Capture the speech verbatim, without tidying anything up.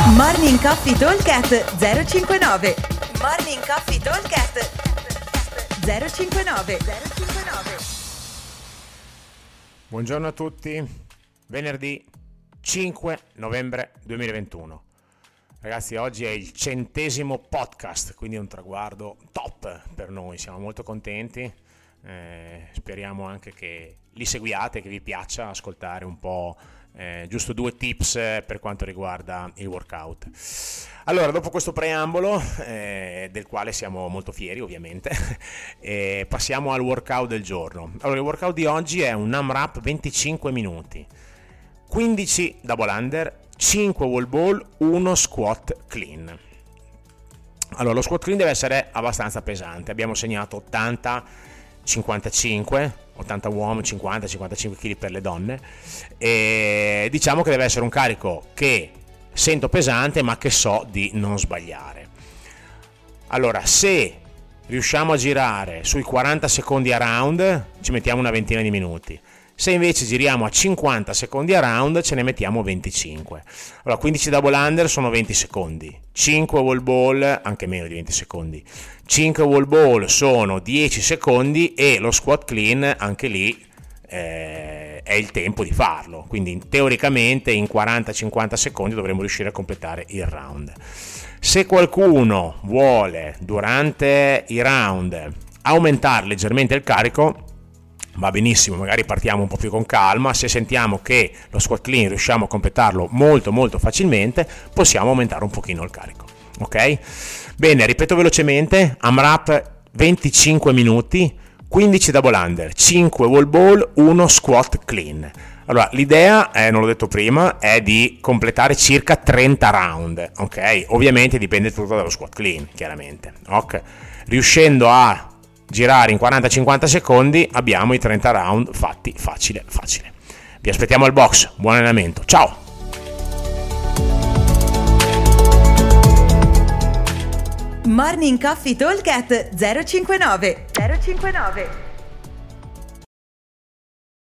Morning Coffee Talkcast zero cinquantanove. Morning Coffee Talkcast zero cinquantanove. Buongiorno a tutti, venerdì cinque novembre duemilaventuno. Ragazzi, oggi è il centesimo podcast, quindi è un traguardo top per noi, siamo molto contenti. Eh, speriamo anche che li seguiate, che vi piaccia ascoltare un po', eh, giusto due tips per quanto riguarda il workout. Allora, dopo questo preambolo, eh, del quale siamo molto fieri ovviamente, eh, passiamo al workout del giorno. Allora, il workout di oggi è un AMRAP venticinque minuti, quindici double under, cinque wall ball, uno squat clean. Allora, lo squat clean deve essere abbastanza pesante, abbiamo segnato ottanta cinquantacinque, ottanta uomini, cinquanta cinquantacinque kg per le donne, e diciamo che deve essere un carico che sento pesante ma che so di non sbagliare. Allora, se riusciamo a girare sui quaranta secondi a round ci mettiamo una ventina di minuti, se invece giriamo a cinquanta secondi a round ce ne mettiamo venticinque. Allora, quindici double under sono venti secondi, cinque wall ball anche meno di venti secondi, cinque wall ball sono dieci secondi e lo squat clean anche lì eh, è il tempo di farlo, quindi teoricamente in quaranta cinquanta secondi dovremmo riuscire a completare il round. Se qualcuno vuole durante i round aumentare leggermente il carico, va benissimo, magari partiamo un po' più con calma. Se sentiamo che lo squat clean riusciamo a completarlo molto molto facilmente, possiamo aumentare un pochino il carico, ok? Bene, ripeto velocemente: AMRAP venticinque minuti, quindici double under, cinque wall ball, uno squat clean. Allora, l'idea, eh, non l'ho detto prima, è di completare circa trenta round, ok? Ovviamente dipende tutto dallo squat clean, chiaramente, ok? Riuscendo a girare in quaranta cinquanta secondi abbiamo i trenta round fatti facile facile. Vi aspettiamo al box, buon allenamento, ciao! Morning Coffee Talkcast zero cinquantanove.